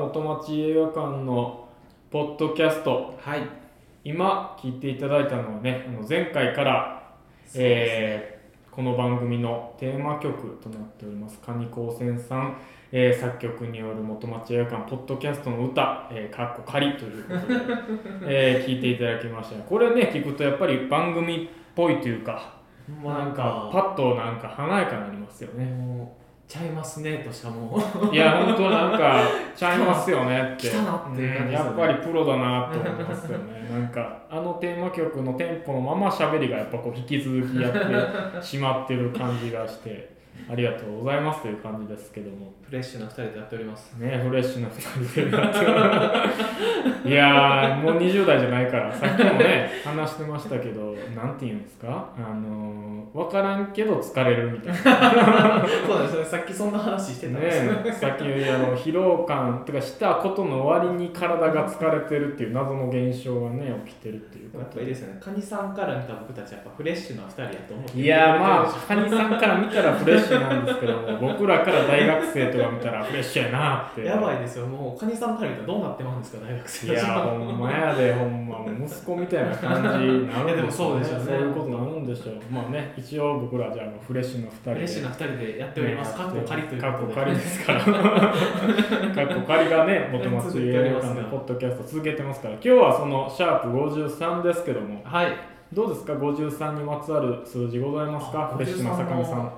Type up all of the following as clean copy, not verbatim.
元町映画館のポッドキャスト、 はい、 今聞いていただいたのはね、前回から、この番組のテーマ曲となっております蟹高専さん、作曲による元町映画館ポッドキャストの歌、かっこ仮ということで、聞いていただきました。これね聞くとやっぱり番組っぽいというか、なんかパッとなんか華やかになりますよね。 ちゃいますねとしかもいや本当なんかちゃいますよねって来たなっていう感じですよね。 やっぱりプロだなと思いますよね。なんかテーマ曲のテンポのまま喋りがやっぱこう引き続きやってしまってる感じがしてありがとうございますという感じですけども、 フレッシュな2人でやっておりますね。フレッシュな2人でやっておりますいやもう20代じゃないからさっきもね話してましたけど、なんて言うんですか、分からんけど疲れるみたいなそうですね、さっきそんな話してたんですね。さっき疲労感とかしたことの終わりに体が疲れてるっていう謎の現象がね起きてるっていうやっことぱいいですね。カニさんから見た僕たちはやっぱフレッシュな2人やと思って。 いやまあカニさんから見たらフレッシュなんですけども僕らから大学生とか見たらフレッシュやなって。 やばいですよ。もうカニさんから見たらどうなってまうんですか大学生。 いやほんまやで、ほんま息子みたいな感じになるんですよね。そういうことになるんでしょう。まあね、一応僕らじゃあフレッシュな2人でフレッシュな2人でやっております。カッコ仮というカッコことで。 仮ですからカッコ仮がね元町映画館のポッドキャスト続けてますから、今日はそのシャープ53ですけども、 はい、 どうですか53にまつわる数字ございますか。フレッシュな坂見さん。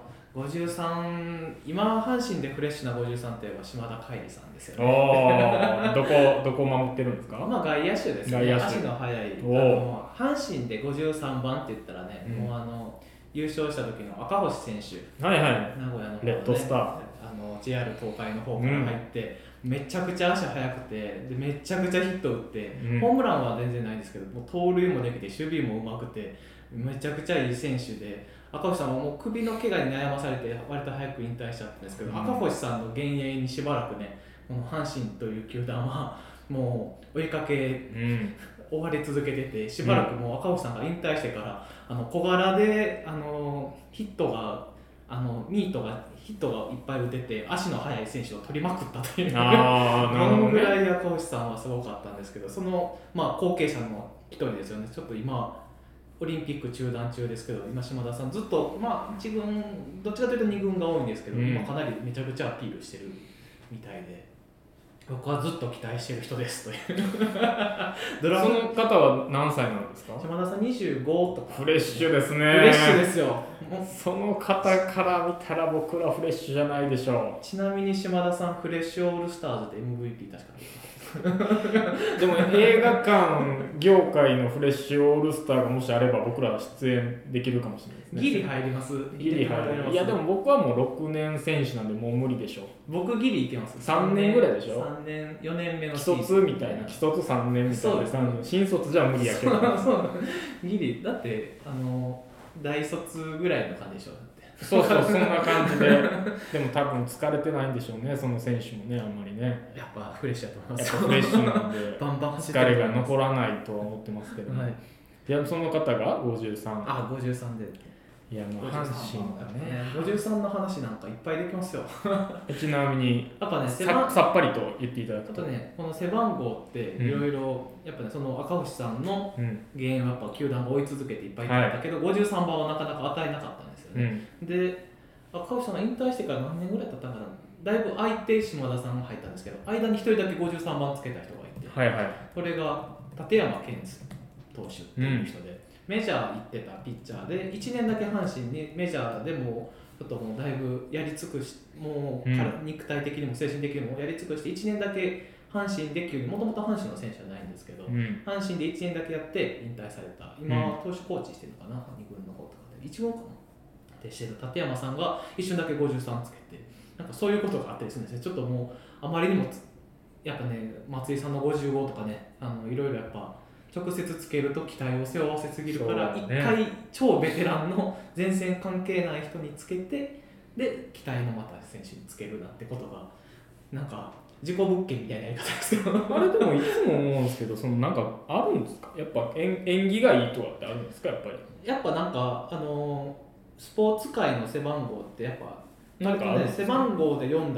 53、今阪神でフレッシュな53といえば島田海里さんですよね。 おどこ守ってるんですか。 まあ外野手ですね。 外野手足の速い。阪神で53番って言ったらね、もう優勝した時の赤星選手、 はいはい、 名古屋の、ね、 レッドスター、 JR 東海の方から入って、めちゃくちゃ足速くて、でめちゃくちゃヒット打って、ホームランは全然ないですけど、もう盗塁もできて守備もうまくてめちゃくちゃいい選手で、赤星さんはもう首の怪我に悩まされて割と早く引退しちゃったんですけど、赤星さんの幻影にしばらくね、この阪神という球団はもう追いかけ、追われ続けてて、しばらくもう赤星さんが引退してから小柄でヒットがミートがヒットがいっぱい打てて足の速い選手を取りまくったという、そのぐらい赤星さんはすごかったんですけど、その、後継者の一人ですよね。ちょっと今オリンピック中断中ですけど、今島田さんずっと、1軍どっちかというと2軍が多いんですけど、今かなりめちゃくちゃアピールしてるみたいで、僕はずっと期待してる人ですというその方は何歳なんですか。 島田さん25とか。 フレッシュですね。 フレッシュですよ。 その方から見たら僕らフレッシュじゃないでしょう。ちなみに島田さんフレッシュオールスターズで MVP 確かでも映画館業界のフレッシュオールスターがもしあれば僕らは出演できるかもしれないですね。 ギリ入ります。 ギリ入る。いやでも僕はもう6年選手なんでもう無理でしょう。 僕ギリいけます。 3年ぐらいでしょ。 3年4年目の既卒みたいな、既卒3年みたいな。そうです、ね、新卒じゃ無理やけどそうギリだって大卒ぐらいの感じでしょ。 そうそんな感じででも多分疲れてないんでしょうね、その選手もね、あんまりね。 やっぱフレッシュだと思います。 やっぱフレッシュなんでバンバン疲れが残らないとは思ってますけど、ね。いやその方が53。 53で。 いやもう阪神がね、 53の話なんかいっぱいできますよちなみにやっぱねさっぱりと言っていただくとね、この背番号っていろいろやっぱね、その赤星さんの原因はやっぱ球団が追い続けていっぱいいたけど、53番はなかなか与えなかったんですよね。で赤星さんが引退してから何年ぐらい経ったかな、だいぶ空いて島田さんが入ったんですけど、間に1人だけ53番つけた人がいて、これが立山健二投手っていう人で、メジャー行ってたピッチャーで、1年だけ阪神にメジャーでもちょっともうだいぶやり尽くし、もう肉体的にも精神的にもやり尽くして、1年だけ阪神で急に、もともと阪神の選手じゃないんですけど、阪神で1年だけやって引退された、今は投手コーチしてるのかな、2軍の方とかで1軍かなってしてる立山さんが一瞬だけ53つけて、なんかそういうことがあったりするんですね。ちょっともうあまりにもやっぱね、松井さんの55とかね、いろいろやっぱ直接つけると期待を背負わせすぎるから、一回超ベテランの前線関係ない人につけて、で期待のまた選手につけるなんてことがなんか自己物件みたいなやり方ですけどあれでもいつも思うんですけど、そのなんかあるんですか、やっぱ縁起がいいとかってあるんですか。 やっぱなんかスポーツ界の背番号ってやっぱなんか、ね、背番号で読んだり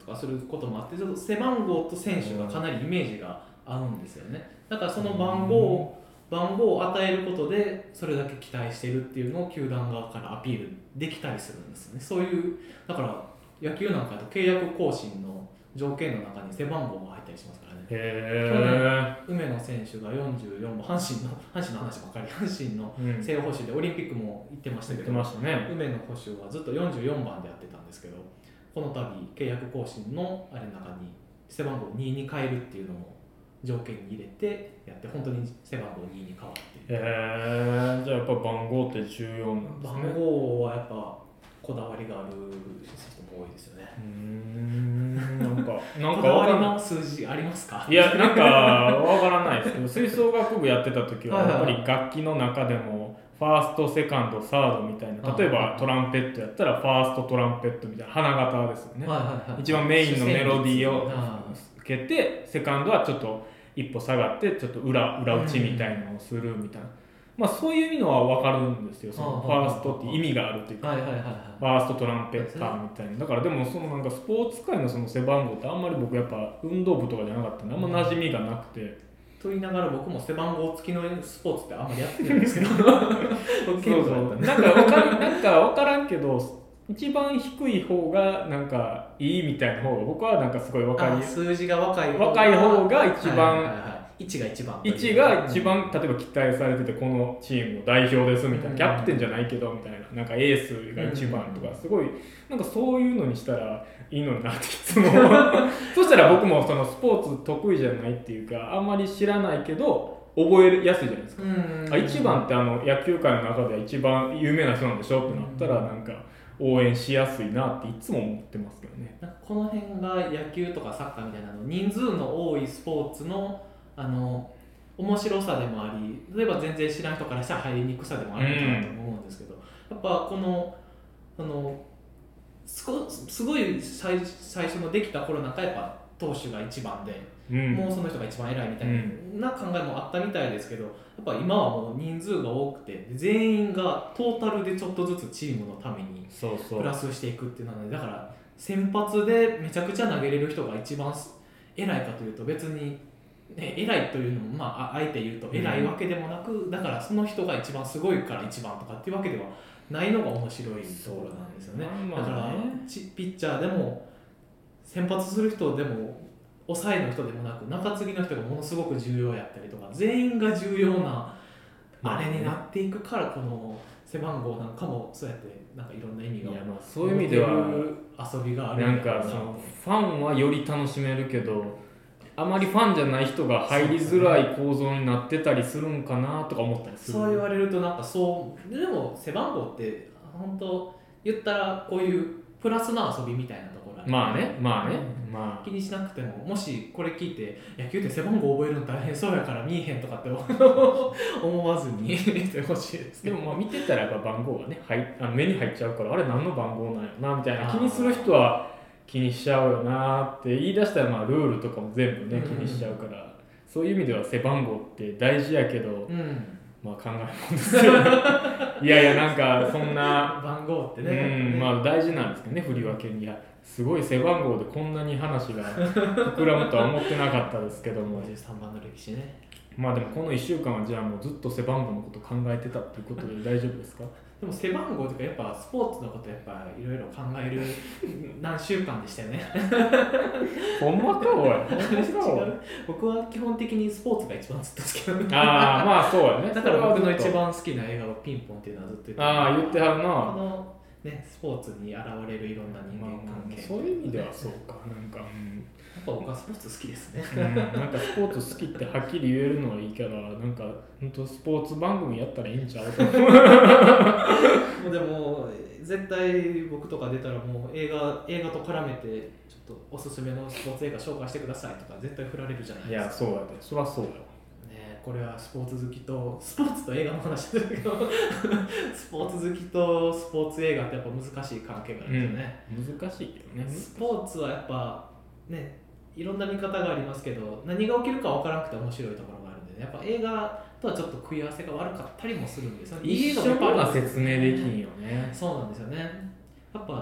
とかすることもあって、ちょっと背番号と選手がかなりイメージが合うんですよね。だからその番号を与えることでそれだけ期待してるっていうのを球団側からアピールできたりするんですよね。そういうだから野球なんかだと契約更新の条件の中に背番号が入ったりしますからね。去年梅野選手が44番、阪神の話ばっかり、阪神の正捕手でオリンピックも行ってましたけど、梅野捕手はずっと44番でやってたんですけど、この度契約更新のあれの中に背番号2に変えるっていうのも条件に入れてやって、本当に背番号2に変わって、 じゃあやっぱ番号って重要なんですね。 番号はやっぱこだわりがある人も多いですよね。 なんかこだわりの数字ありますか？ いや、なんかわからないですけど、吹奏楽部やってた時はやっぱり楽器の中でもファースト、セカンド、サードみたいな、例えばトランペットやったらファーストトランペットみたいな花形ですよね。一番メインのメロディーをつけて、セカンドはちょっと一歩下がってちょっと裏打ちみたいなのをするみたいな、まあそういう意味のは分かるんですよ。そのファーストって意味があるというか、ファーストトランペッターみたいな。だからでもそのなんかスポーツ界のその背番号ってあんまり僕やっぱ運動部とかじゃなかったんであんま馴染みがなくて、 と言いながら僕も背番号付きのスポーツってあんまりやってないんですけどなんか分からんけど一番低い方がなんかいいみたいな方が僕はなんかすごい分かり、 数字が若い方が一番、 1が一番 1が一番例えば期待されてて、このチームの代表ですみたいな、キャプテンじゃないけどみたいな、なんかエースが一番とか、すごいなんかそういうのにしたらいいのになっていつもそしたら僕もそのスポーツ得意じゃないっていうか、あんまり知らないけど覚えやすいじゃないですか。1番って野球界の中では一番有名な人なんでしょってなったら、なんか応援しやすいなっていつも思ってますけどね。 この辺が野球とかサッカーみたいな人数の多いスポーツの面白さでもあり、例えば全然知らん人からしたら入りにくさでもあるのかなと思うんですけど、やっぱこのすごい最初のできた頃なんかやっぱ投手が一番で、もうその人が一番偉いみたいな考えもあったみたいですけど、やっぱ今はもう人数が多くて全員がトータルでちょっとずつチームのためにプラスしていくっていうので、だから先発でめちゃくちゃ投げれる人が一番偉いかというと別に、ね、偉いというのもあえて言うと偉いわけでもなく、だからその人が一番すごいから一番とかっていうわけではないのが面白いところなんですよね。だからピッチャーでも先発する人でも抑えの人でもなく中継ぎの人がものすごく重要やったりとか、全員が重要なあれになっていくから、この背番号なんかもそうやってなんかいろんな意味が、 そういう意味では遊びがあるなんかそのファンはより楽しめるけど、あまりファンじゃない人が入りづらい構造になってたりするんかなとか思ったりする。 そう言われるとなんかでも背番号って本当言ったらこういうプラスの遊びみたいなところ気にしなくても、もしこれ聞いて野球って背番号覚えるの大変そうやから見えへんとかって思わずに見てほしいですけど、 でも見てたらやっぱ番号がね目に入っちゃうから、あれ何の番号なんやなみたいな気にする人は気にしちゃうよなって言い出したら、ルールとかも全部ね気にしちゃうから、そういう意味では背番号って大事やけど、考えるもんですよねいやなんかそんな番号ってね、 大事なんですけどね、振り分けに。いやすごい背番号でこんなに話が膨らむとは思ってなかったですけども 53番の歴史ね。 でもこの1週間はじゃあもうずっと背番号のこと考えてたっていうことで大丈夫ですか？ でも背番号とかやっぱスポーツのことやっぱいろいろ考える何週間でしたよねほんまかおい僕は基本的にスポーツが一番ずっと好きなんでそうやね。 だから僕の一番好きな映画はピンポンっていうのはずっと言ってはるな。スポーツに現れるいろんな人間関係、 そういう意味ではそうか、なんか、 やっぱ僕はスポーツ好きですねなんかスポーツ好きってはっきり言えるのはいいから、なんか本当スポーツ番組やったらいいんちゃうと思うでも絶対僕とか出たらもう映画と絡めてちょっとおすすめのスポーツ映画紹介してくださいとか絶対振られるじゃないですか。 いやそうやで、そりゃそうやこれはスポーツと映画の話だけどスポーツ好きとスポーツ映画ってやっぱ難しい関係があるんですよね、 難しいけどね。 スポーツはやっぱねいろんな見方がありますけど、何が起きるか分からなくて面白いところがあるんで、やっぱ映画とはちょっと食い合わせが悪かったりもするんですよね。 一緒な説明できんよね。 そうなんですよね。やっぱ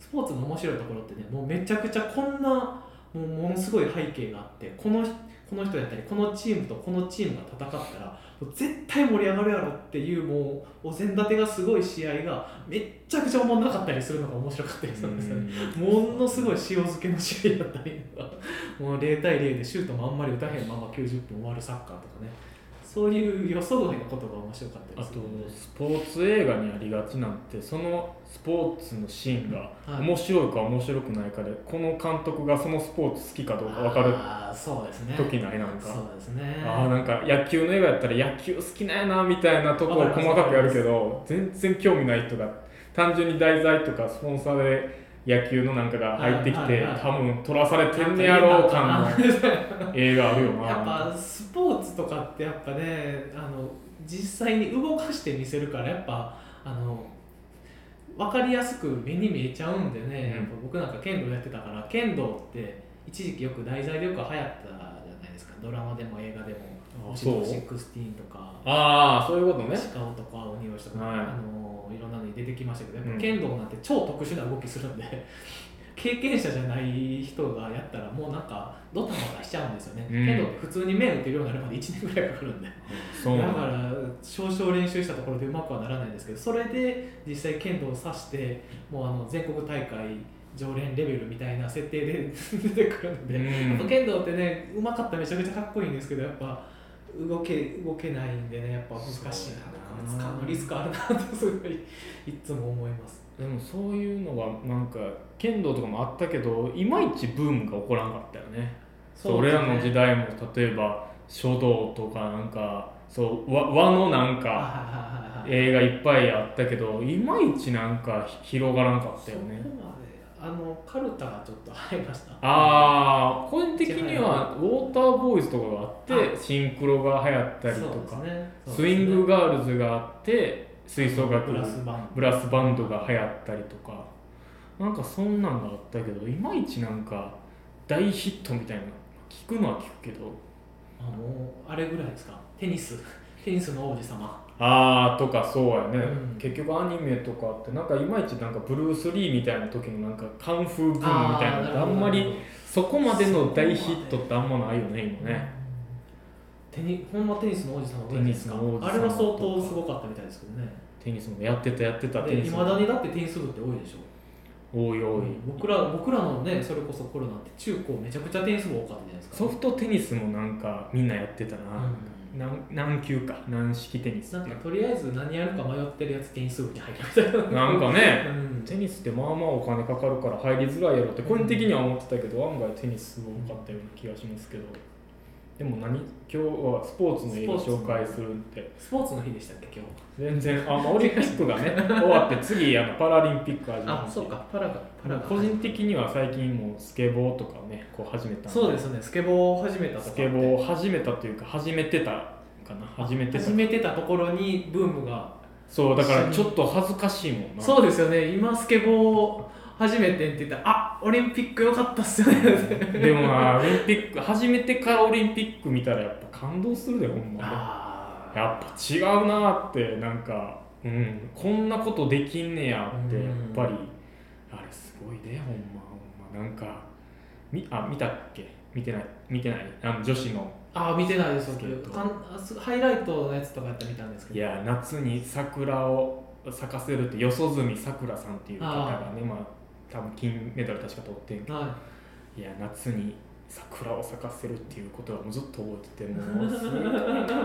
スポーツの面白いところってね、もうめちゃくちゃこんなものすごい背景があって、この人やったりこのチームとこのチームが戦ったら絶対盛り上がるやろっていう、もうお膳立てがすごい試合がめっちゃくちゃおもんなかったりするのが面白かったりするんですよね。ものすごい塩漬けの試合だったりとか、もう0対0でシュートもあんまり打たへんまま90分終わるサッカーとかね、そういう予想外のことが面白かったりする、ね、 あとスポーツ映画にありがちなんて、そのスポーツのシーンが面白いか面白くないかで、この監督がそのスポーツ好きかどうか分かる時ないなんか、 そうですね、 なんか野球の映画やったら野球好きなんやなみたいなところを細かくやるけど、全然興味ない人が単純に題材とかスポンサーで野球のなんかが入ってきて、多分撮らされてんねやろう感の映画あるよな。 やっぱスポーツとかってやっぱね、実際に動かして見せるから、やっぱ分かりやすく目に見えちゃうんでね、やっぱ僕なんか剣道やってたから、剣道って一時期よく題材でよく流行ったじゃないですか、ドラマでも映画でも。 そう 16とか、 そういうことね。 鹿尾とか鬼押しとか、 はいいろんなのに出てきましたけど、やっぱ剣道なんて超特殊な動きするんで、経験者じゃない人がやったらもうなんかドタバタしちゃうんですよね。剣道って普通に面打てるようになるまで1年ぐらいかかるんで、だから少々練習したところでうまくはならないんですけど、それで実際剣道を指してもう全国大会常連レベルみたいな設定で出てくるんで、剣道ってね、うまかったらめちゃくちゃかっこいいんですけど、やっぱ動けないんでね、やっぱ難しいな、使うリスクあるなとすごいいつも思います。 でもそういうのがなんか剣道とかもあったけど、いまいちブームが起こらなかったよね。俺らの時代も例えば書道とかなんかそう和のなんか映画いっぱいあったけど、いまいちなんか広がらなかったよね。 カルタがちょっと入りました。 個人的にはウォーターボーイズとかがあって、シンクロが流行ったりとか、スイングガールズがあって吹奏楽ブラスバンドが流行ったりとか、なんかそんなんがあったけど、いまいちなんか大ヒットみたいな、聞くのは聞くけど、 あれぐらいですか、テニスの王子様とか、そうやね、結局アニメとかってなんかいまいちなんかブルース・リーみたいな時のなんかカンフーブームみたいなのってあんまりそこまでの大ヒットってあんまないよね今ね。 ほんまテニスの王子様ぐらいですか。あれは相当すごかったみたいですけどね。 テニスもやってたテニス。いまだにだってテニス部って多いでしょ。 多い。 僕らのね、それこそコロナって中高めちゃくちゃテニス部多かったじゃないですか。 ソフトテニスもなんかみんなやってたな。軟球か、軟式テニスなんかとりあえず何やるか迷ってるやつテニス部に入るみたいな。 なんかね、テニスってまあまあお金かかるから入りづらいやろって個人的には思ってたけど、案外テニス多かったような気がしますけど。でも今日はスポーツの映画紹介するって。 スポーツの日でしたっけ今日。 全然オリンピックがね終わって次パラリンピック始まって。 そうか、パラが個人的には最近もうスケボーとかねこう始めたんで。 そうですね、スケボーを始めたとか。 スケボーを始めたというか始めてたかな。始めてたところにブームが。 そうだからちょっと恥ずかしいもんな。 そうですよね、今スケボー初めてって言ったらオリンピック良かったっすよねでもオリンピック初めてからオリンピック見たらやっぱ感動するでほんまやっぱ違うなってなんか、こんなことできんねやってやっぱりあれすごいねほんまなんか見たっけ見てない女子の見てないですけどハイライトのやつとかやったら見たんですけど、 いや夏に桜を咲かせるって四十住さくらさんっていう方がね多分金メダル確か取ってんけど、いや夏に桜を咲かせるっていうことはもうずっと覚えててもうすごいなもう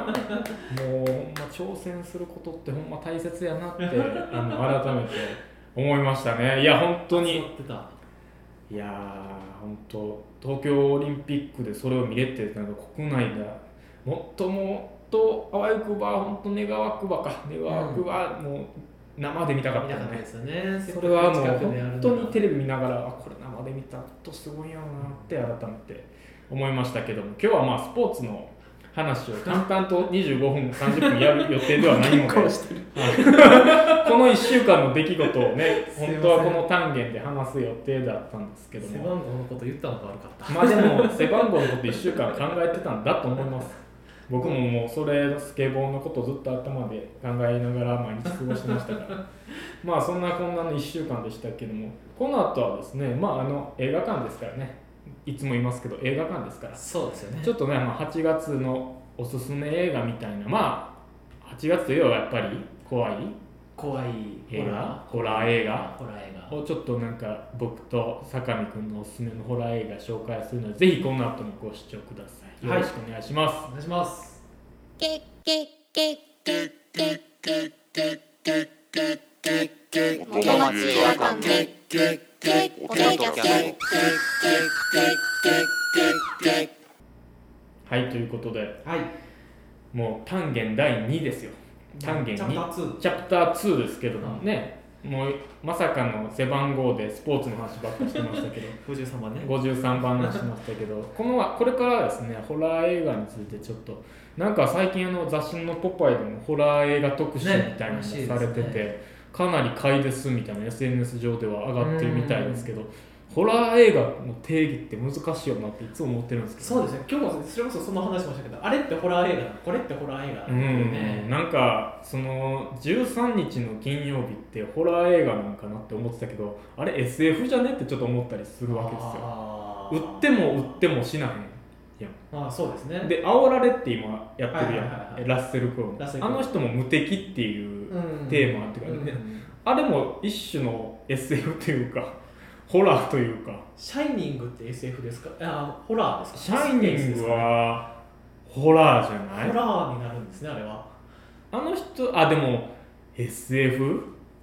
挑戦することってほんま大切やなって改めて思いましたね。いや本当にいや本当東京オリンピックでそれを見れてなんか国内でもっとあわゆくば本当願わくばもう生で見たかったよね。それはもう本当にテレビ見ながらこれ生で見たとすごいよなって改めて思いましたけども、今日はスポーツの話を淡々と25分30分やる予定ではないのでこの1週間の出来事をね本当はこの単元で話す予定だったんですけども、 背番号のこと言ったのが悪かった。 でも背番号のこと1週間考えてたんだと思います。 僕ももうそれスケボーのことずっと頭で考えながら毎日過ごしてましたからまあそんなこんなの1週間でしたけども、この後はですね、映画館ですからね、いつも言いますけど映画館ですから、 そうですよね。 ちょっとね、8月のおすすめ映画みたいな、8月といえばやっぱり怖い映画ホラー映画ホラー映画をちょっとなんか僕と坂見くんのおすすめのホラー映画紹介するので、ぜひこの後もご視聴ください。よろしくお願いします。 お願いします。 元町映画館ポッドキャスはい、ということで、 はい、 もう単元第2ですよ。単元2チャプター2ですけどもね、もうまさかの背番号でスポーツの話ばっかりしてましたけど 53番ね、 53番の話しましたけどこれからですね、ホラー映画についてちょっとなんか最近雑誌のポパイでもホラー映画特集みたいなのがされてて、かなり買いですみたいな SNS 上では上がってるみたいですけど、ホラー映画の定義って難しいよなっていつも思ってるんですけど、 そうですね、今日もそれこそその話しましたけど、あれってホラー映画だ、これってホラー映画だってね、 なんかその13日の金曜日ってホラー映画なんかなって思ってたけど、あれ SF じゃねってちょっと思ったりするわけですよ。売ってもしないやん。 そうですね。 で煽られって今やってるやん、ラッセル・クロウン、 あの人も無敵っていうテーマっていうかね、あれも一種の SF というかホラーというか。 シャイニングって SF ですか？ホラーですか？ シャイニングはホラーじゃない？ ホラーになるんですね、あれは。 あの人、でも SF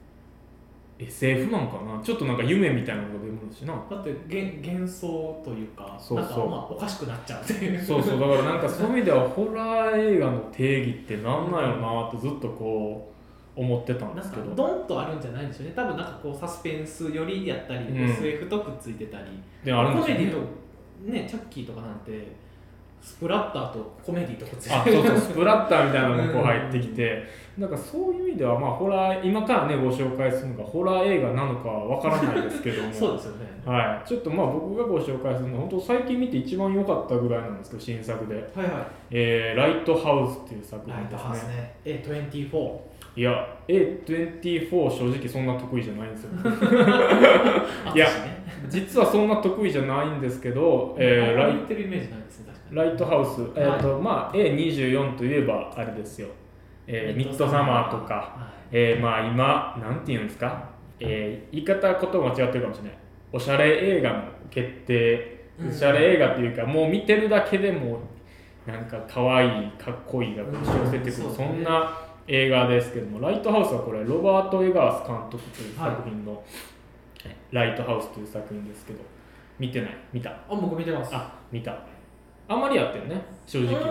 なんかな、ちょっとなんか夢みたいなのが出るしな。 だって幻想というか、 そうなんかおかしくなっちゃうっていう。 そうだからなんかそういう意味ではホラー映画の定義ってなんなんやろなってずっとこう思ってたんですけど、 なんかドンとあるんじゃないんでしょうね。多分なんかこうサスペンス寄りやったり、SF とくっついてたり、 であるんですよね。 コメディとね、チャッキーとかなんてスプラッターとコメディとくっついてる。そうスプラッターみたいなのもこう入ってきて、なんかそういう意味ではホラー、今からねご紹介するのがホラー映画なのかはわからないですけどもそうですよね。 はい、ちょっと僕がご紹介するのは本当最近見て一番良かったぐらいなんですけど、新作で、ライトハウスっていう作品ですね。 A24。 いや A24 正直そんな得意じゃないんですよいや実はそんな得意じゃないんですけど、ライトハウス、A24 といえばあれですよ、ミッドサマーとか、今なんていうんですか、言い葉間違ってるかもしれない、おしゃれ映画の決定、おしゃれ映画っていうか、もう見てるだけでもなんか可愛いかっこいいが押し寄せてくる、そんな映画ですけども、ライトハウスはこれロバート・エガース監督という作品の、ライトハウスという作品ですけど、見てない？見た？ 僕見てます。 見た。あんまりやってるね、正直。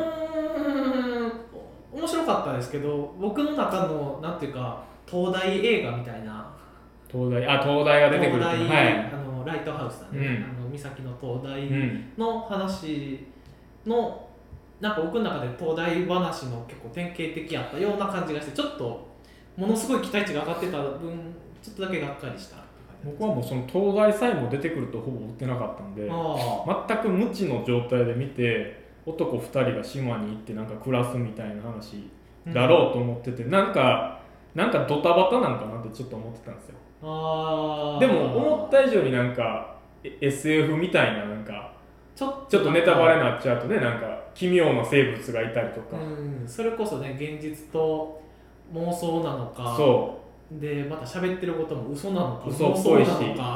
面白かったですけど、僕の中のなんていうか東大映画みたいな。 東大が出てくる。 ライトハウスだね。岬の東大の話の。なんか僕の中で東大話の結構典型的やったような感じがして、ちょっとものすごい期待値が上がってた分ちょっとだけがっかりした。 僕はもうその東大さえも出てくるとほぼ売ってなかったんで、全く無知の状態で見て、男2人が島に行ってなんか暮らすみたいな話だろうと思ってて、なんかドタバタなんかなってちょっと思ってたんですよ。でも思った以上になんか SF みたいな、なんかちょっとネタバレになっちゃうとね、なんか奇妙な生物がいたりとか、 それこそね、現実と妄想なのか、でまた喋ってることも嘘なのか、 嘘っぽいし、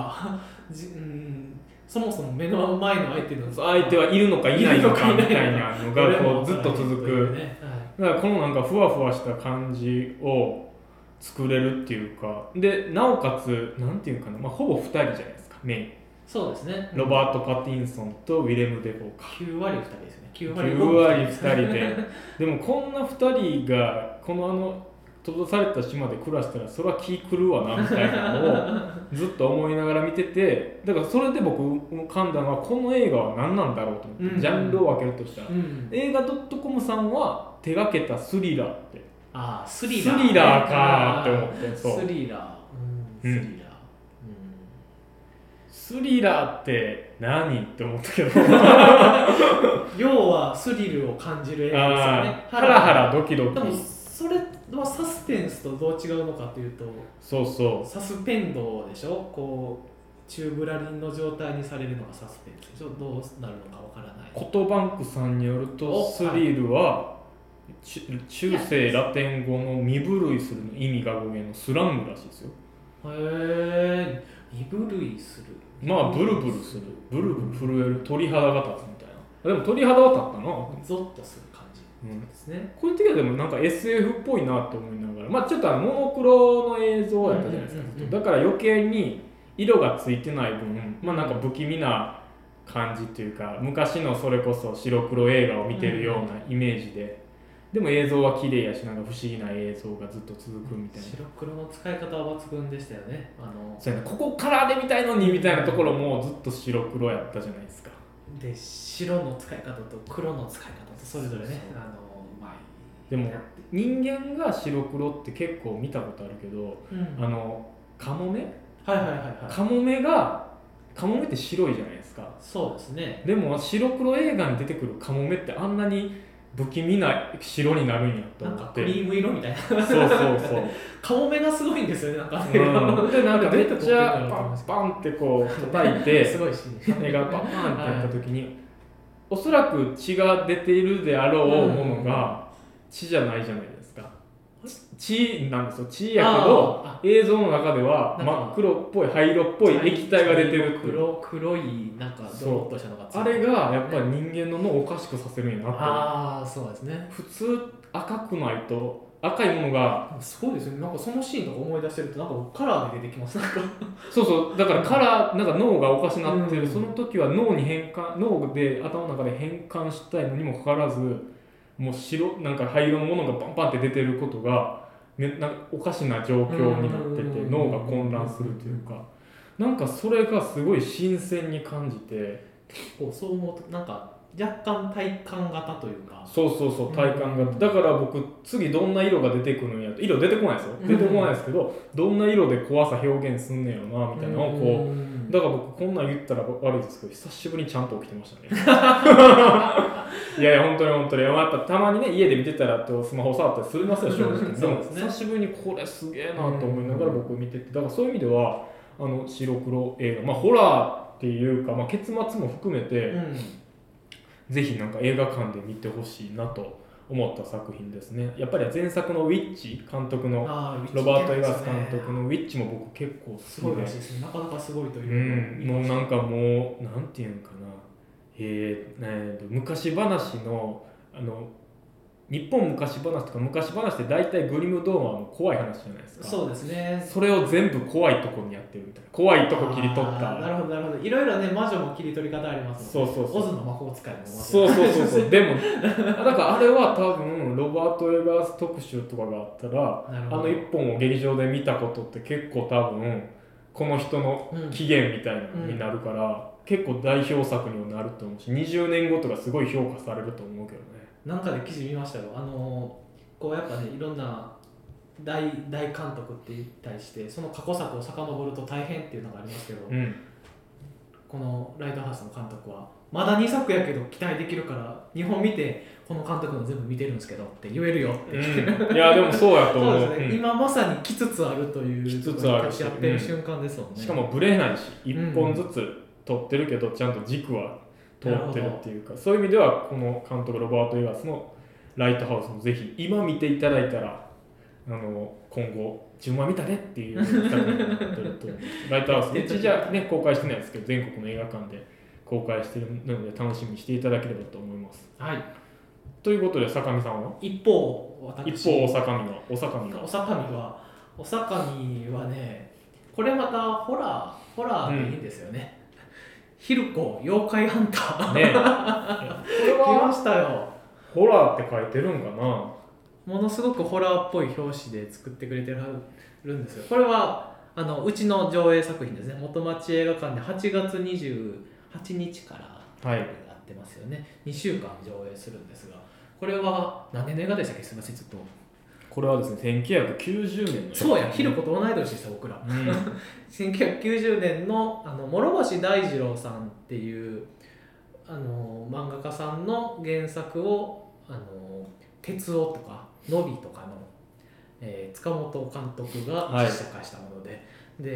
そもそも目の前の相手はいるのかいないのかみたいなのがこうずっと続く。だからこのなんかふわふわした感じを作れるっていうか、でなおかつなんていうかな、ほぼ2人じゃないですか、メイン。 そうですね。 ロバート・パティンソンとウィレム・デフォーか。 9割2人ですよね。 9割2人で。でもこんな2人がこの閉ざされた島で暮らしたらそれは気狂うわなみたいなのをずっと思いながら見てて、だからそれで僕浮かんだのは、この映画は何なんだろうと思って、ジャンルを分けるとしたら、映画 .com さんは手がけたスリラーって、 スリラーかーって思って、 スリラー、 スリラーって何って思ったけど要はスリルを感じる映画ですよね。 ハラハラドキドキ。 でもそれはサスペンスとどう違うのかというと、 そうそうサスペンドでしょ。こう宙ぶらりんの状態にされるのがサスペンスでしょ。どうなるのかわからない。 コトバンクさんによるとスリルは、中世ラテン語の身震いするの意味が語源のスラングらしいですよ。 へえ、身震いする。 まあブルブルする、ブルブル震える、鳥肌が立つみたいな。でも鳥肌は立ったな。 ゾッとする感じですね。 こういう時はでもなんか SF っぽいなと思いながら、まあちょっとモノクロの映像やったじゃないですか。だから余計に色がついてない分、まあなんか不気味な感じというか、昔のそれこそ白黒映画を見てるようなイメージで、でも映像は綺麗やし、なんか不思議な映像がずっと続くみたいな。 白黒の使い方は抜群でしたよね。 そうやね、ここカラーで見たいのにみたいなところもずっと白黒やったじゃないですか。 で、白の使い方と黒の使い方とそれぞれね、まあ、 でも人間が白黒って結構見たことあるけど、カモメ、 はいはいはいはい、 カモメって白いじゃないですか。 そうですね。 でも白黒映画に出てくるカモメってあんなに不気味な白になるんやと思って。 なんかクリーム色みたいな。 そうそうそうカモメがすごいんですよね、なんか、 でなんかめっちゃパンパンってこう叩いてすごいし、 羽がパンパンってやった時に、おそらく血が出ているであろうものが血じゃないじゃないですか。血なんですよ。血やけど映像の中では真っ黒っぽい灰色っぽい液体が出てるっていう。 黒いなんかドロッとしたのがついてる。 あれがやっぱり人間の脳をおかしくさせるんやなって。 ああ、そうですね。 普通赤くないと、赤いものがすごいですね。なんかそのシーンとか思い出してるとなんかカラーで出てきます。なんかそうそう、だからカラーなんか脳がおかしなってる、その時は脳で頭の中で変換したいのにもかかわらず、もう白なんか灰色のものがバンバンって出てることがなんかおかしな状況になってて、脳が混乱するというか、なんかそれがすごい新鮮に感じて、 こうそう思うとなんか若干体感型というか、 そう体感型、だから僕次どんな色が出てくるんやと、色出てこないですよ、出てこないですけど、どんな色で怖さ表現すんねやろなみたいなのをこう、だから僕こんなん言ったら悪いですけど、久しぶりにちゃんと起きてましたねいや本当にやっぱたまにね家で見てたらスマホ触ったりするますよ正直でも久しぶりにこれすげえなと思いながら僕見てて、だからそういう意味では白黒映画、まあホラーっていうか、まあ、結末も含めて、ぜひなんか映画館で見てほしいなと思った作品ですね。やっぱり前作のウィッチ監督のロバート・エガース監督のウィッチも僕結構好きで、 すごいらしいですね。なかなかすごいという、 もうなんかもうなんていうんかな、昔話の日本昔話とか昔話って大体グリム童話の怖い話じゃないですか。 そうですね。 それを全部怖いとこにやってるみたいな、怖いとこ切り取った。 なるほどいろいろね、魔女も切り取り方ありますもんね。 そうオズの魔法使いもそうでもだからあれは多分ロバート・エガース特集とかがあったら、一本を劇場で見たことって結構多分この人の起源みたいなのになるから、結構代表作にもなると思うし、20年後とかすごい評価されると思うけどね。 なんかで記事見ましたよ。こうやっぱね、いろんな大監督ってに対してその過去作を遡ると大変っていうのがありますけど、このライトハウスの監督はまだ2作やけど期待できるから2本見てこの監督の全部見てるんですけどって言えるよって、 いやでもそうやと思う。 そうですね、今まさに来つつあるという来つつあるし、 やってる瞬間ですもんね。 しかもブレないし、1本ずつ撮ってるけどちゃんと軸は通ってるっていうか、そういう意味ではこの監督ロバート・エガースのライトハウスもぜひ今見ていただいたら今後順番見たねっていう作品になってると思うライトハウスうちじゃね公開してないですけど、全国の映画館で公開してるので楽しみにしていただければと思います。 はい。 ということで坂見さんは一方お坂見はね、これまたホラーでいいんですよね。ヒルコ妖怪ハンターね。これは来ましたよ。 ホラーって書いてるんかな。 ものすごくホラーっぽい表紙で作ってくれてるんですよ。これはうちの上映作品ですね。元町映画館で8月28日からやってますよね。2週間上映するんですが、これは何年の映画でしたっけ？すみません、ちょっと。 これはですね1990年のそうや、ヒルコと同い年でした僕ら、1990年の諸星大二郎さんっていう漫画家さんの原作を鉄夫とかのびとかの、塚本監督が実写化したもので、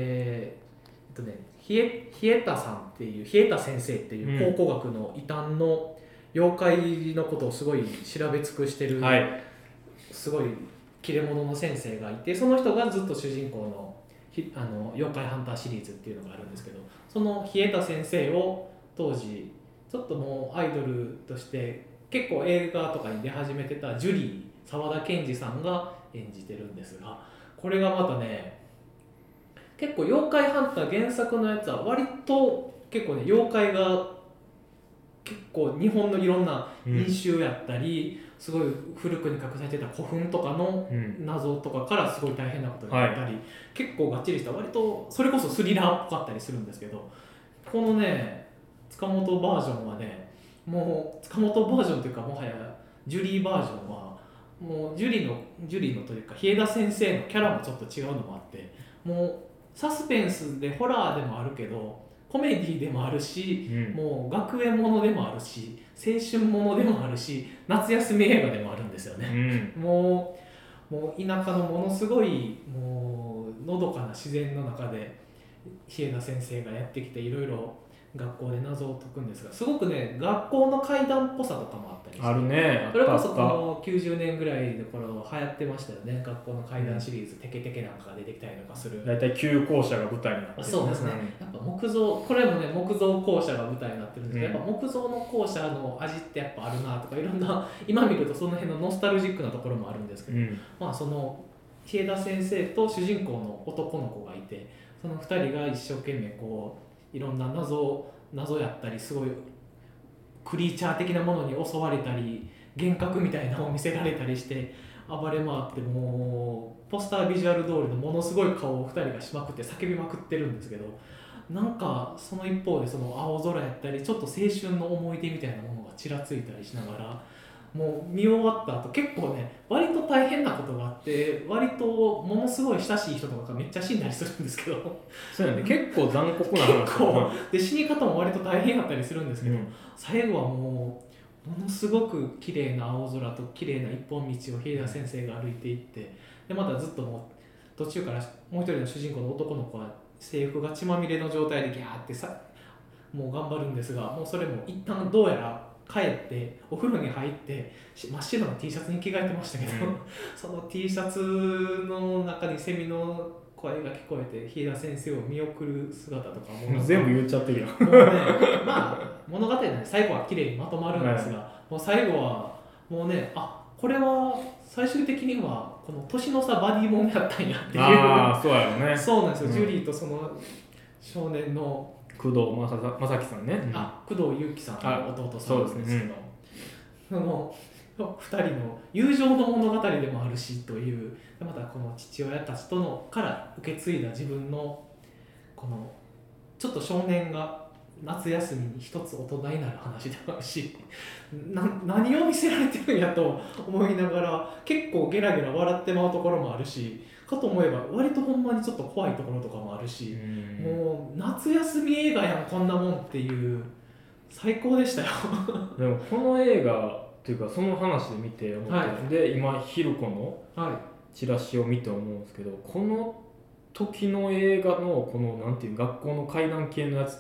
日枝さんっていう日枝先生っていう考古学の異端の妖怪のことをすごい調べ尽くしてる、すごい切れ者の先生がいて、その人がずっと主人公の妖怪ハンターシリーズっていうのがあるんですけど、その日枝先生を当時ちょっともうアイドルとして結構映画とかに出始めてたジュリー沢田研二さんが演じてるんですが、これがまたね結構妖怪ハンター原作のやつは割と結構ね妖怪が結構日本のいろんな因習やったり、すごい古くに隠されてた古墳とかの謎とかからすごい大変なことになったり、結構がっちりした割とそれこそスリラーっぽかったりするんですけど、このね塚本バージョンはね、もう塚本バージョンというかもはやジュリーバージョンはもうジュリーのというか日枝先生のキャラもちょっと違うのもあって、もうサスペンスでホラーでもあるけどコメディでもあるし、もう学園ものでもあるし青春ものでもあるし夏休み映画でもあるんですよね、もう田舎のものすごいもうのどかな自然の中で日枝先生がやってきていろいろ学校で謎を解くんですが、すごくね学校の怪談っぽさとかもあったりして、 あるね、 それこそこの90年ぐらいの頃流行ってましたよね、学校の怪談シリーズ、テケテケなんかが出てきたりとかする、 大体旧校舎が舞台になってる、 そうですね、やっぱ木造、これもね木造校舎が舞台になってるんですけど、やっぱ木造の校舎の味ってやっぱあるなとかいろんな今見るとその辺のノスタルジックなところもあるんですけど、まあその日枝先生と主人公の男の子がいて、その2人が一生懸命こういろんな謎やったりすごいクリーチャー的なものに襲われたり幻覚みたいなのを見せられたりして暴れ回って、もうポスタービジュアル通りのものすごい顔を2人がしまくって叫びまくってるんですけど、なんかその一方でその青空やったりちょっと青春の思い出みたいなものがちらついたりしながら、もう見終わった後結構ね割と大変なことがあって、割とものすごい親しい人とかがめっちゃ死んだりするんですけど、 そうやね、結構残酷な話結構で死に方も割と大変だったりするんですけど、最後はものすごく綺麗な青空と綺麗な一本道を日枝先生が歩いていって、でまたずっともう途中からもう一人の主人公の男の子は制服が血まみれの状態でギャーってもう頑張るんですが、もうそれも一旦どうやら帰ってお風呂に入って真っ白な T シャツに着替えてましたけど、その T シャツの中にセミの声が聞こえて日枝先生を見送る姿とかも全部言っちゃってるよもうね、まあ物語なんで最後は綺麗にまとまるんですが、もう最後はもうね、これは最終的にはこの年の差バディモンやったんやっていう、 そうやろね、 そうなんですよ、ジュリーとその少年の工藤正樹さんね、 工藤祐樹さんの弟さんなんですけど、その2人の友情の物語でもあるしという、またこの父親たちとのから受け継いだ自分のこのちょっと少年が夏休みに一つ大人になる話でもあるし、何を見せられてるんやと思いながら結構ゲラゲラ笑ってまうところもあるし、かと思えば割とほんまにちょっと怖いところとかもあるし、もう夏休み映画やんこんなもんっていう最高でしたよでもこの映画っていうかその話で見て思って、で今ヒルコのチラシを見て思うんですけど、この時の映画のこのなんていう学校の怪談系のやつって、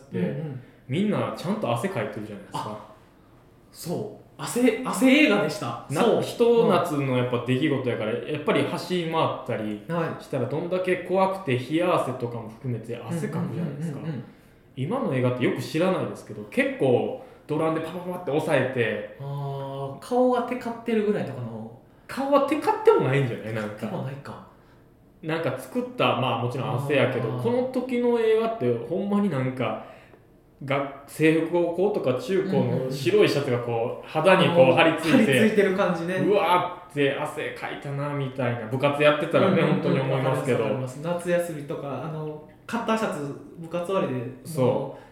みんなちゃんと汗かいてるじゃないですか。 そう汗映画でした。 ひと夏のやっぱ出来事やから、やっぱり走り回ったりしたらどんだけ怖くて冷や汗とかも含めて汗かくじゃないですか。今の映画ってよく知らないですけど、結構ドラムでパパパって押さえて、 顔がテカってるぐらいとかの。 顔はテカってもないんじゃない？なんかでもないか、 なんか作ったもちろん汗やけど、この時の映画ってほんまになんか制服高校とか中高の白いシャツがこう肌にこう張り付いてる感じね、 うわーって汗かいたなみたいな、部活やってたらね、本当に思いますけど、 夏休みとかカッターシャツ部活終わりで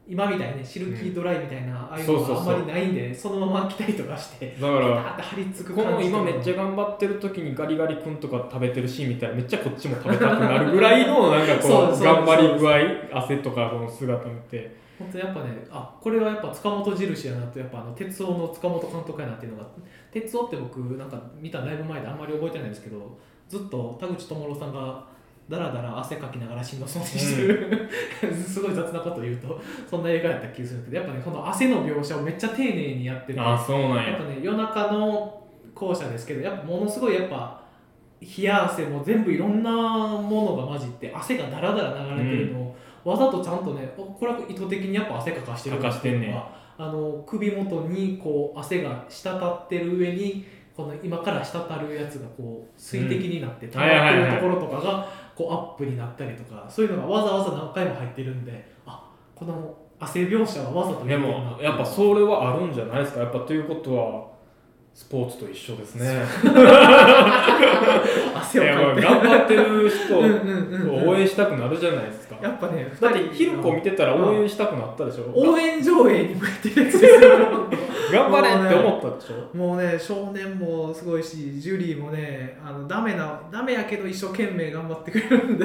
今みたいにねシルキードライみたいな、ああいうのがあんまりないんで、そのまま着たりとかしてだから張り付くこの今めっちゃ頑張ってる時にガリガリ君とか食べてるシーンみたいなめっちゃこっちも食べたくなるぐらいのなんかこう頑張り具合汗とかこの姿見て本当にやっぱねこれはやっぱ塚本印やなとやっぱ鉄夫の塚本監督やなっていうのが鉄夫って僕なんか見ただいぶ前であんまり覚えてないんですけどずっと田口智郎さんがだらだら汗かきながらしんどそうにしてる、すごい雑なことを言うとそんな映画やった気がするけどやっぱねこの汗の描写をめっちゃ丁寧にやってるそうなんややっぱね夜中の校舎ですけどやっぱものすごいやっぱ冷や汗も全部いろんなものが混じって汗がだらだら流れてるのを、わざとちゃんとねこれは意図的にやっぱ汗かかしてるっていうのは首元にこう汗が滴ってる上にこの今から滴るやつがこう水滴になって溜まってるところとかがこうアップになったりとかそういうのがわざわざ何回も入ってるんでこの汗描写はわざとでもやっぱそれはあるんじゃないですかやっぱということはスポーツと一緒ですね汗をかいて頑張ってる人を応援したくなるじゃないですかやっぱねだってヒルコ見てたら応援したくなったでしょ応援上映に向いてるやつですよ頑張れって思ったでしょもうね少年もすごいしジュリーもねダメやけど一生懸命頑張ってくれるんで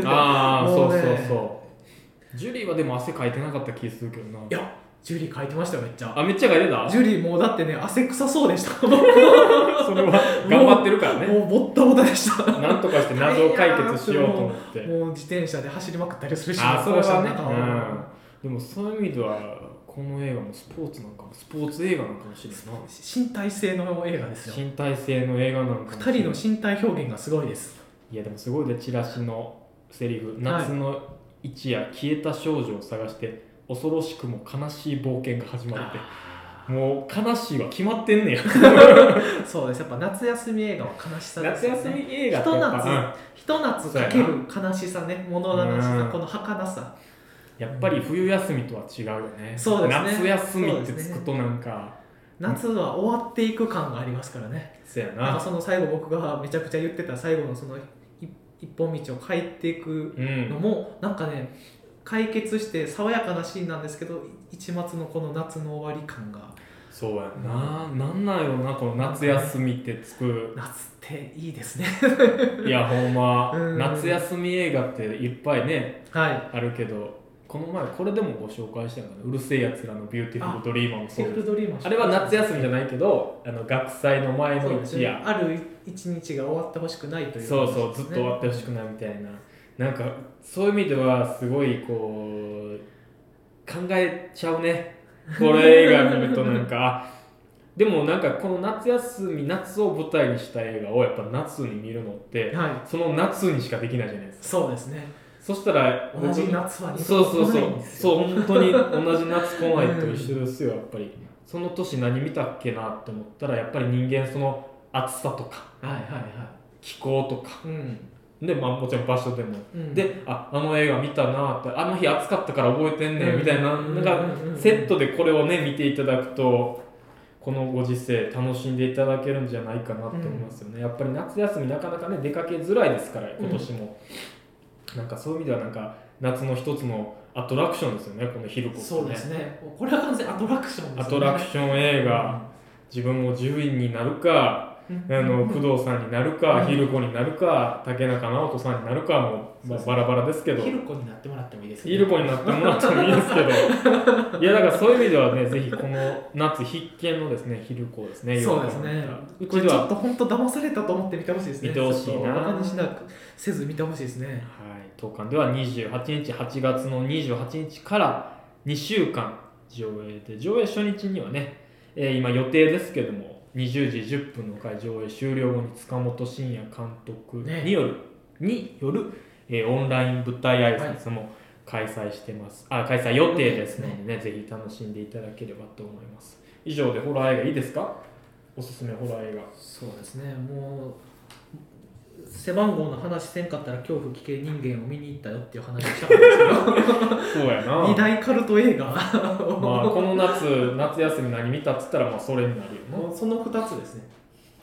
そうジュリーはでも汗かいてなかった気するけどないやジュリー書いてましたよめっちゃめっちゃ書いてたジュリーもうだってね汗臭そうでしたそれは頑張ってるからねもうボッタボタでしたなんとかして謎を解決しようと思ってもう自転車で走りまくったりするしそれはね、でもそういう意味ではこの映画もスポーツなんかもスポーツ映画なんかもしれないな身体性の映画ですよ身体性の映画なんかも 2人の身体表現がすごいですいやでもすごいでチラシのセリフ夏の一夜消えた少女を探して恐ろしくも悲しい冒険が始まるってもう悲しいは決まってんねやそうですやっぱ夏休み映画は悲しさですよね夏休み映画ってやっぱひと夏かける悲しさね物悲しさこの儚さやっぱり冬休みとは違うよね、 そうですね夏休みってつくとなんか、 夏は終わっていく感がありますからねそうやななんかその最後僕がめちゃくちゃ言ってた最後のその一本道を帰っていくのも、なんかね解決して爽やかなシーンなんですけど一末のこの夏の終わり感がそうやな、なんなんやろなこの夏休みってつく夏っていいですねいやほんま、夏休み映画っていっぱいね、 あるけどこの前これでもご紹介したのかなうるせえやつらのビューティフルドリーマーもそうですあれは夏休みじゃないけど学祭の前の一夜、 ある一日が終わってほしくないという、 そうそうずっと終わってほしくないみたいななんかそういう意味ではすごいこう考えちゃうねこれ映画見るとなんかでもなんかこの夏を舞台にした映画をやっぱ夏に見るのって、その夏にしかできないじゃないですかそうですねそしたら同じ夏はそう本当に同じ夏来ないと一緒ですよやっぱりその年何見たっけなって思ったらやっぱり人間その暑さとか、気候とか、でもちろん場所でも、であの映画見たなってあの日暑かったから覚えてんねんみたいななんかセットでこれをね見ていただくとこのご時世楽しんでいただけるんじゃないかなって思いますよね、やっぱり夏休みなかなかね出かけづらいですから今年も、なんかそういう意味ではなんか夏の一つのアトラクションですよねこのヒルコってね。 そうですねこれは完全アトラクションですよね。 アトラクション映画、自分も獣医になるか工藤さんになるか、ヒルコになるか竹中直人さんになるかも、バラバラですけどヒルコになってもらってもいいですね。 ヒルコになってもらってもいいですけどいやだからそういう意味ではねぜひこの夏必見のですねヒルコですね。 そうですねこれちょっと本当騙されたと思って見てほしいですね。 見てほしいな、 バカにしなくせず見てほしいですね。 はい、当館では28日8月の28日から2週間上映で上映初日にはね、今予定ですけども20時10分の回上映終了後に塚本慎也監督による、オンライン舞台挨拶も開催してます、開催予定ですのでね、ぜひ楽しんでいただければと思います。以上でホラー映画いいですか？おすすめホラー映画。 そうですね、もう背番号の話せんかったら恐怖危険人間を見に行ったよっていう話をしたかったんですけどそうやな 2大カルト映画まあこの夏休み何見たっつったらまあそれになるよな。 もうその2つですね。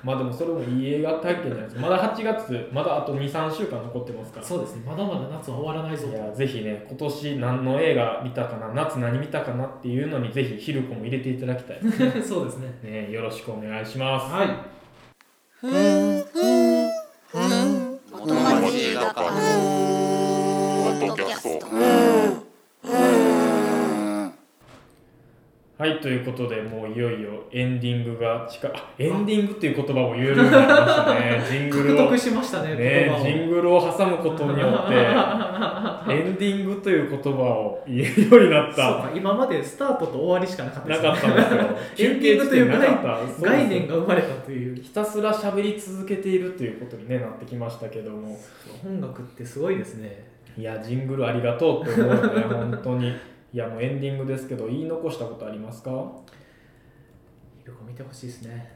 まあでもそれもいい映画体験じゃないですか。まだ8月、まだあと 2,3 週間残ってますから。 そうですね、まだまだ夏は終わらないぞと。 いやぜひね、今年何の映画見たかな、夏何見たかなっていうのにぜひヒルコも入れていただきたいですね。 そうですね。 ね、よろしくお願いします。 はい。 元町映画館ポッドキャスト。 はい、ということでもういよいよエンディングがエンディングっていう言葉も言えるようになりましたね。ジングルを獲得しましたね、言葉を。 ジングルを挟むことによってエンディングという言葉を言えるようになった。 そうか、今までスタートと終わりしかなかったですね。 なかったんですよ。 エンディングという概念がが生まれたという。 ひたすら喋り続けているということに、ね、なってきましたけども、 音楽ってすごいですね。 いやジングルありがとうって思うよね本当に。いやもうエンディングですけど、言い残したことありますか？ よく見てほしいですね。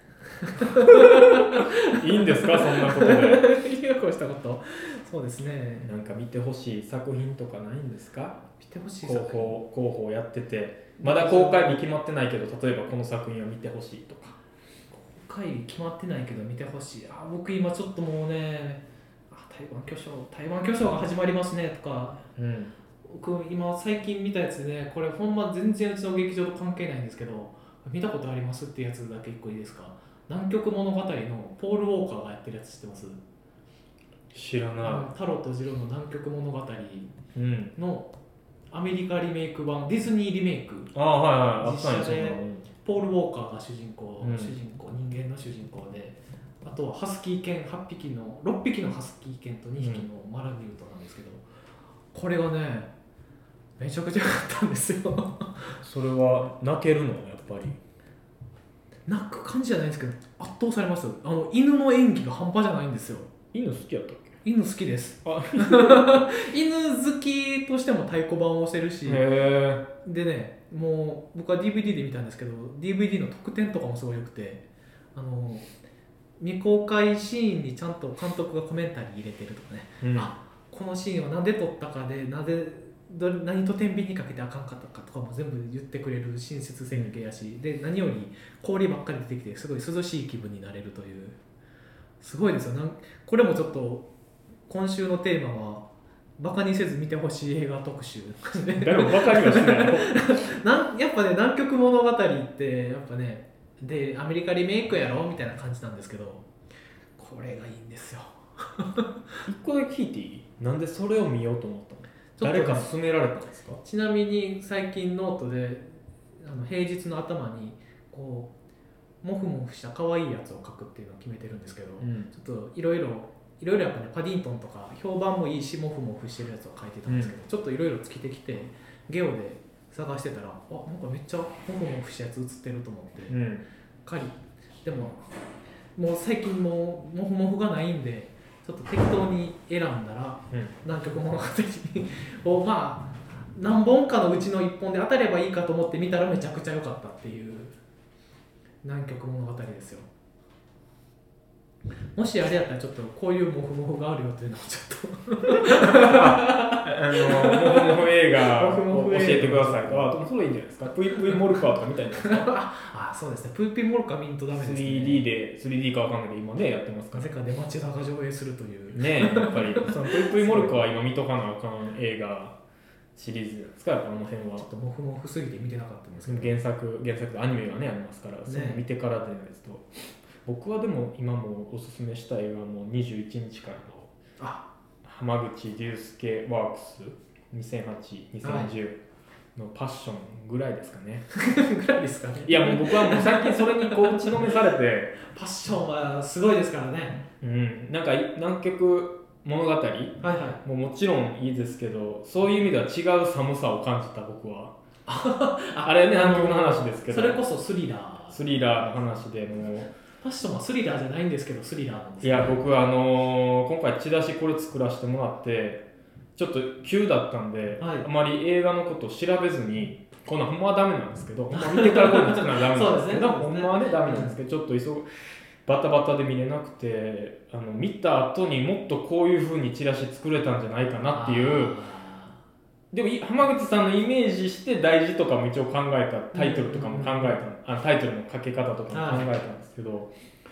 いいんですかそんなことで。 言い残したこと。そうですね。 なんか見てほしい作品とかないんですか？ 見てほしい候補やってて、まだ公開日決まってないけど、例えばこの作品を見てほしいとか。 公開日決まってないけど見てほしい。僕今ちょっともうね、台湾巨匠が始まりますねとか。僕今最近見たやつでね、これほんま全然うちの劇場と関係ないんですけど、見たことありますっていうやつだけ1個いいですか？南極物語のポール・ウォーカーがやってるやつ知ってます？ 知らない。 タロとジロの南極物語のアメリカリメイク版、ディズニーリメイク、実写でポール・ウォーカーが主人公、人間の主人公で、あとはハスキー犬6匹のハスキー犬と2匹のマラビュートなんですけど、これがねめちゃくちゃ良かったんですよ。 それは泣けるの？やっぱり泣く感じじゃないんですけど圧倒されます。犬の演技が半端じゃないんですよ。 犬好きやったっけ？ 犬好きです。犬好きとしても太鼓判を押せるし、でね、もう僕は DVD で見たんですけど DVD の特典とかもすごい良くて、未公開シーンにちゃんと監督がコメンタリー入れてるとかね、このシーンは何で撮ったかで何と天秤にかけてあかんかったかとかも全部言ってくれる親切設計やし、で何より氷ばっかり出てきてすごい涼しい気分になれるという、すごいですよ。これもちょっと今週のテーマはバカにせず見てほしい映画特集。 誰もバカにはしないやっぱね、南極物語ってやっぱね、でアメリカリメイクやろみたいな感じなんですけど、これがいいんですよ。 一個だけ聞いていい？なんでそれを見ようと思ったの？誰か勧められたんですか？ ちなみに最近ノートで平日の頭にこうモフモフした可愛いやつを描くっていうのを決めてるんですけど、ちょっといろいろやっぱね、パディントンとか評判もいいしモフモフしてるやつを描いてたんですけど、ちょっといろいろ尽きてきてゲオで探してたら、なんかめっちゃモフモフしたやつ写ってると思って、でももう最近もうモフモフがないんでちょっと適当に選んだら、南極物語を何本かのうちの1本で当たればいいかと思って見たらめちゃくちゃ良かったっていう南極物語ですよ。もしあれやったらちょっとこういうモフモフがあるよというのをちょっとモフモフ映画を教えてください。でもそれいいんじゃないですか。プイプイモルカーとか見たいんですか？ そうですね。プイプイモルカ見んとダメですね。 3D かわかんないけど今ねやってますから。 なぜか出町田が上映するというね、やっぱりそのプイプイモルカは今見とかなあかん映画シリーズですから、この辺はちょっとモフモフすぎて見てなかったんですけど、 原作でアニメがねありますから、それ見てからでないですと。僕はでも今もおすすめしたい映画も21日からの浜口竜介ワークス2008-2010のパッションぐらいですかね。 ぐらいですかね。 いやもう僕はもう最近それに打ちのめされてパッションはすごいですからね。 なんか南極物語、もちろんいいですけど、そういう意味では違う寒さを感じた僕は。あれね、南極の話ですけど、 それこそスリラーの話でもうファッションはスリラーじゃないんですけどスリラーなんです、ね、 いや僕今回チラシこれ作らせてもらってちょっと急だったんで、あまり映画のことを調べずにこんなほんまはダメなんですけど、ほんま見てからこういうの作るのはダメなんですけどほんまはねダメなんですけど、ちょっとバタバタで見れなくて、見た後にもっとこういう風にチラシ作れたんじゃないかなっていう。でも浜口さんのイメージして大事とかも一応考えた、タイトルとかも考えた、タイトルの掛け方とかも考えたんですけど、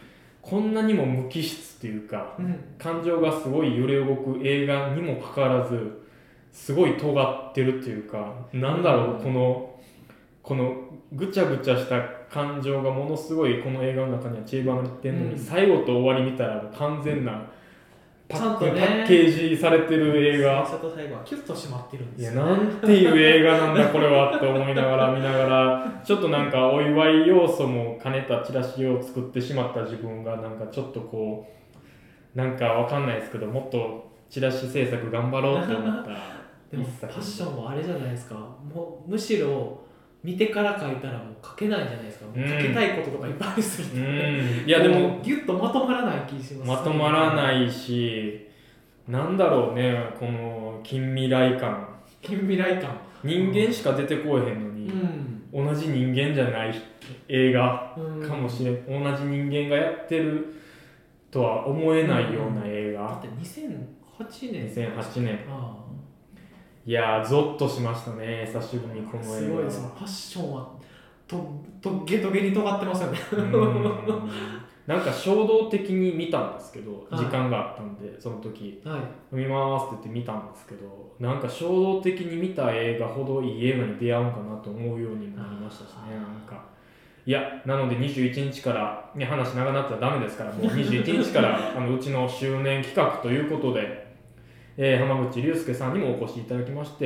こんなにも無機質というか、感情がすごい揺れ動く映画にもかかわらずすごい尖ってるというか、なんだろう、このぐちゃぐちゃした感情がものすごいこの映画の中には散りばめてるのに、最後と終わり見たら完全なパッケージされてる映画。 最初と最後はキュッと締まってるんですよ、 ね、いやなんていう映画なんだこれはって思いながら見ながら、ちょっとなんかお祝い要素も兼ねたチラシを作ってしまった自分がなんかちょっとこうなんかわかんないですけど、もっとチラシ制作頑張ろうと思ったでもファッションはあれじゃないですか、もうむしろ見てから書いたらもう書けないじゃないですか、もう書けたいこととかいっぱいありすぎて、 いやでもギュッとまとまらない気します。 まとまらないし、なんだろうね、この近未来感、人間しか出てこえへんのに、同じ人間じゃない映画かもしれん、同じ人間がやってるとは思えないような映画。 だって2008年。 いやーゾッとしましたね、久しぶりにこの映画。 すごいですね、ファッションはトゲトゲに尖ってますよね。 なんか衝動的に見たんですけど、時間があったんでその時、見ますって言って見たんですけど、なんか衝動的に見た映画ほどいい映画に出会うんかなと思うようになりましたしね。なんかいや、なので21日から、ね、話長くなったらダメですから、もう21日からうちの周年企画ということで、浜口竜介さんにもお越しいただきまして、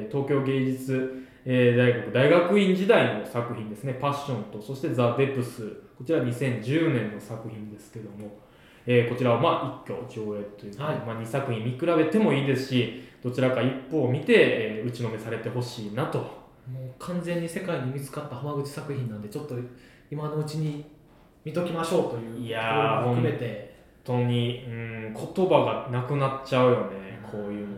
東京芸術、大学院時代の作品ですね、パッションと、そしてザ・デプス、こちら2010年の作品ですけども、こちらを一挙上映というか、2作品見比べてもいいですし、どちらか一方を見て、打ちのめされてほしいなと。 もう完全に世界に見つかった浜口作品なんで、ちょっと今のうちに見ときましょうというところも含めて、 本当に言葉がなくなっちゃうよね、こういうの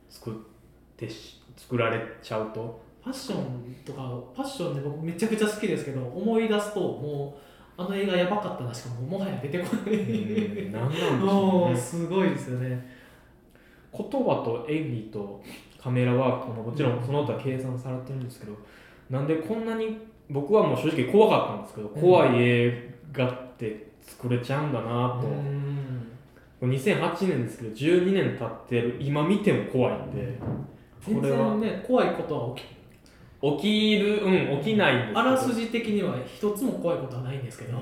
作られちゃうと。 ファッションで僕めちゃくちゃ好きですけど、思い出すともうあの映画やばかったなしかもはや出てこない。 何なんでしょうね。 すごいですよね。 言葉と演技とカメラワークももちろんその他計算されてるんですけど、なんでこんなに僕はもう正直怖かったんですけど、怖い映画って作れちゃうんだなと。2008年ですけど12年経ってる今見ても怖いんで、 全然ね、怖いことは起きないんですけど、 あらすじ的には一つも怖いことはないんですけど、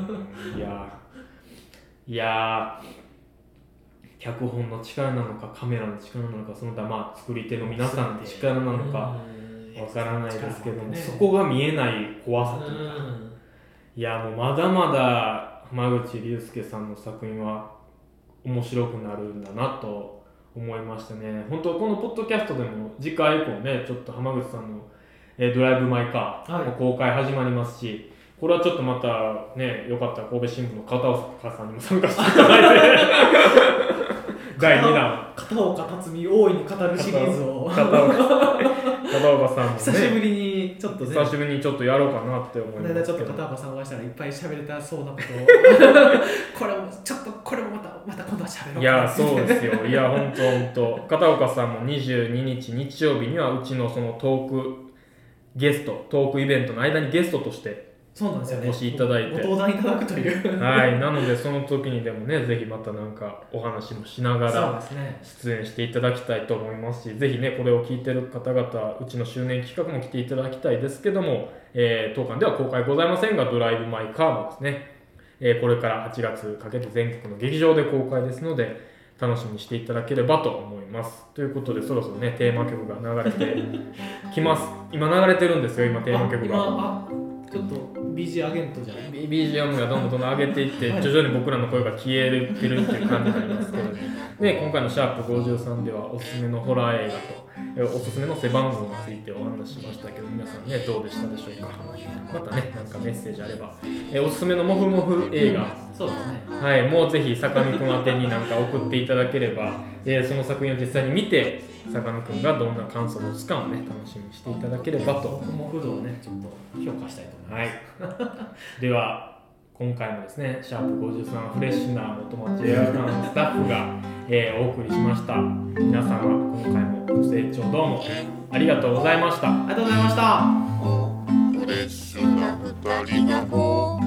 いや脚本の力なのかカメラの力なのか、その他作り手の皆さんの力なのかわからないですけども、そこが見えない怖さというか、いやもうまだまだ浜口竜介さんの作品は面白くなるんだなと思いましたね。本当このポッドキャストでも次回以降ね、ちょっと浜口さんのドライブ・マイ・カーの公開始まりますし、これはちょっとまたね、よかったら神戸新聞の片岡さんにも参加していただいて第2弾片岡辰巳大いに語るシリーズを片岡さんもね、 久しぶりにちょっとやろうかなって思いますけど、 ちょっと片岡さんお会いしたらいっぱい喋れたそうなことをこれもまた今度は喋ろうかな。 いやそうですよ。いや本当片岡さんも22日日曜日にはうちのそのトークイベントの間にゲストとしてそうなんですよね、 お越しいただいてご登壇いただくというなのでその時にでもね、ぜひまたなんかお話もしながら出演していただきたいと思いますし、ぜひねこれを聞いてる方々、うちの周年企画も来ていただきたいですけども、当館では公開ございませんが、ドライブ・マイ・カーもですね、これから8月かけて全国の劇場で公開ですので、楽しみにしていただければと思います。ということで、そろそろねテーマ曲が流れてきます。今流れてるんですよ、今テーマ曲が。 ちょっと BG アゲントじゃない BGM がどんどん上げていって徐々に僕らの声が消えてるっていう感じになりますけどね。今回のシャープ53ではおすすめのホラー映画とおすすめの背番号についてお話ししましたけど、皆さんねどうでしたでしょうか。またねなんかメッセージあれば、おすすめのモフモフ映画、 そうですね、 はい、もうぜひ坂見くん宛てになんか送っていただければ、その作品を実際に見て坂見くんがどんな感想を持つかをね楽しみにしていただければと。 モフ度をねちょっと評価したいと思います。 では今回もですねシャープ53フレッシュな元町エアガンスタッフが、お送りしました。皆様今回もご清聴どうもありがとうございました。 ありがとうございました。 フレッシュな2人が